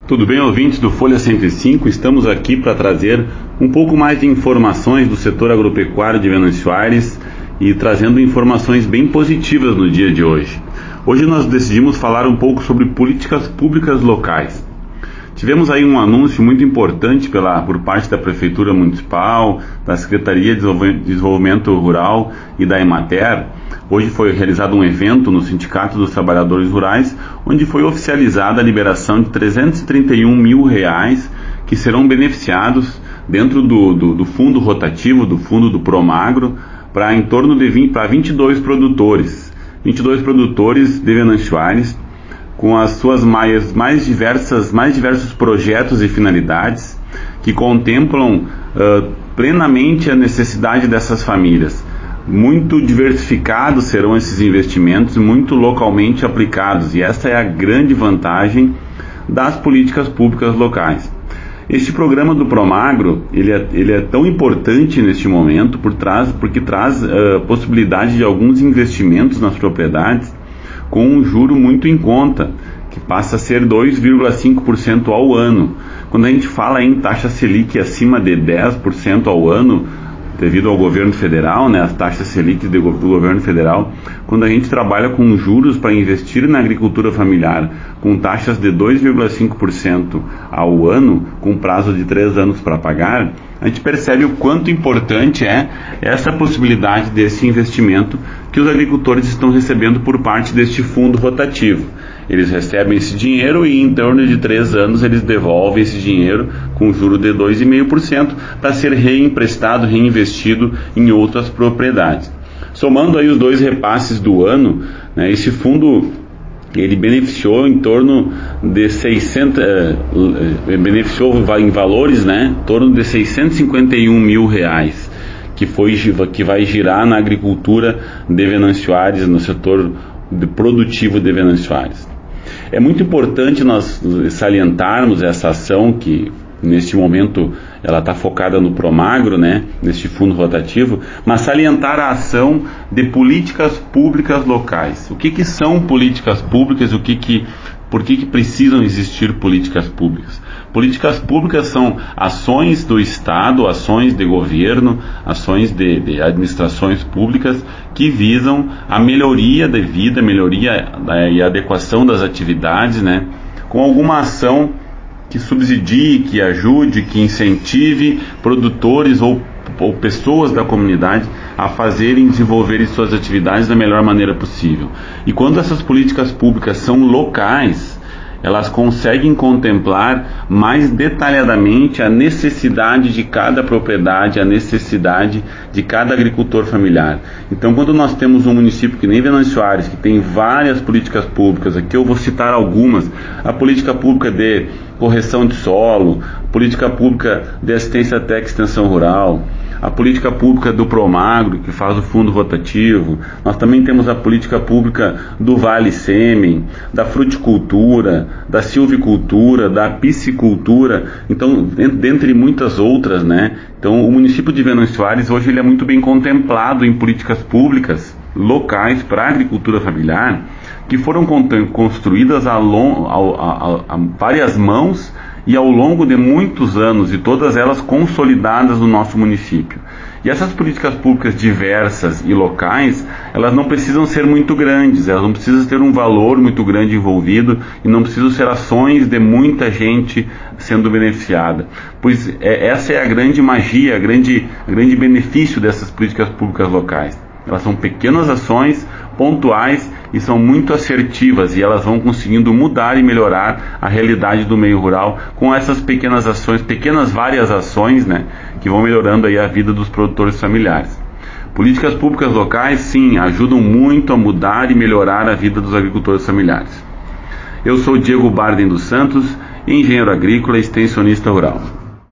Tudo bem, ouvintes do Folha 105? Estamos aqui para trazer um pouco mais de informações do setor agropecuário de Venâncio Aires e trazendo informações bem positivas no dia de hoje. Hoje nós decidimos falar um pouco sobre políticas públicas locais. Tivemos aí um anúncio muito importante por parte da Prefeitura Municipal, da Secretaria de Desenvolvimento Rural e da Emater. Hoje foi realizado um evento no Sindicato dos Trabalhadores Rurais, onde foi oficializada a liberação de R$331 mil que serão beneficiados dentro do fundo rotativo, do fundo do Promagro, para em torno de 22 produtores. 22 produtores de Venâncio Aires, com as suas mais diversos projetos e finalidades que contemplam plenamente a necessidade dessas famílias. Muito diversificados serão esses investimentos, muito localmente aplicados, e essa é a grande vantagem das políticas públicas locais. Este programa do Promagro, ele é tão importante neste momento porque traz possibilidade de alguns investimentos nas propriedades com um juro muito em conta, que passa a ser 2,5% ao ano. Quando a gente fala em taxa Selic acima de 10% ao ano, devido ao governo federal, as taxas Selic do governo federal, quando a gente trabalha com juros para investir na agricultura familiar, com taxas de 2,5% ao ano, com prazo de 3 anos para pagar, a gente percebe o quanto importante é essa possibilidade desse investimento que os agricultores estão recebendo por parte deste fundo rotativo. Eles recebem esse dinheiro e em torno de 3 anos eles devolvem esse dinheiro com juro de 2,5% para ser reemprestado, reinvestido em outras propriedades. Somando aí os dois repasses do ano, esse fundo ele beneficiou em torno de beneficiou em valores, em torno de R$651 mil, que vai girar na agricultura de Venâncio Aires, no setor produtivo de Venâncio Aires. É muito importante nós salientarmos essa ação que neste momento ela está focada no Promagro, neste fundo rotativo, mas salientar a ação de políticas públicas locais. O que são políticas públicas? Por que precisam existir políticas públicas? Políticas públicas são ações do Estado, ações de governo, ações de administrações públicas que visam a melhoria da vida, melhoria e adequação das atividades, com alguma ação que subsidie, que ajude, que incentive produtores ou pessoas da comunidade a desenvolverem suas atividades da melhor maneira possível. E quando essas políticas públicas são locais, elas conseguem contemplar mais detalhadamente a necessidade de cada propriedade, a necessidade de cada agricultor familiar. Então, quando nós temos um município que nem Venâncio Aires, que tem várias políticas públicas, aqui eu vou citar algumas: a política pública de correção de solo, política pública de assistência técnica e extensão rural, a política pública do Promagro, que faz o fundo rotativo. Nós também temos a política pública do Vale Sêmen, da fruticultura, da silvicultura, da piscicultura, então, dentre muitas outras, Então, o município de Venâncio Aires hoje ele é muito bem contemplado em políticas públicas locais para a agricultura familiar, que foram construídas a várias mãos e ao longo de muitos anos, e todas elas consolidadas no nosso município. E essas políticas públicas diversas e locais, elas não precisam ser muito grandes, elas não precisam ter um valor muito grande envolvido e não precisam ser ações de muita gente sendo beneficiada, pois essa é a grande magia, o grande benefício dessas políticas públicas locais. Elas são pequenas ações, pontuais, e são muito assertivas, e elas vão conseguindo mudar e melhorar a realidade do meio rural com essas pequenas ações, várias ações, que vão melhorando aí a vida dos produtores familiares. Políticas públicas locais, sim, ajudam muito a mudar e melhorar a vida dos agricultores familiares. Eu sou Diego Bardem dos Santos, engenheiro agrícola e extensionista rural.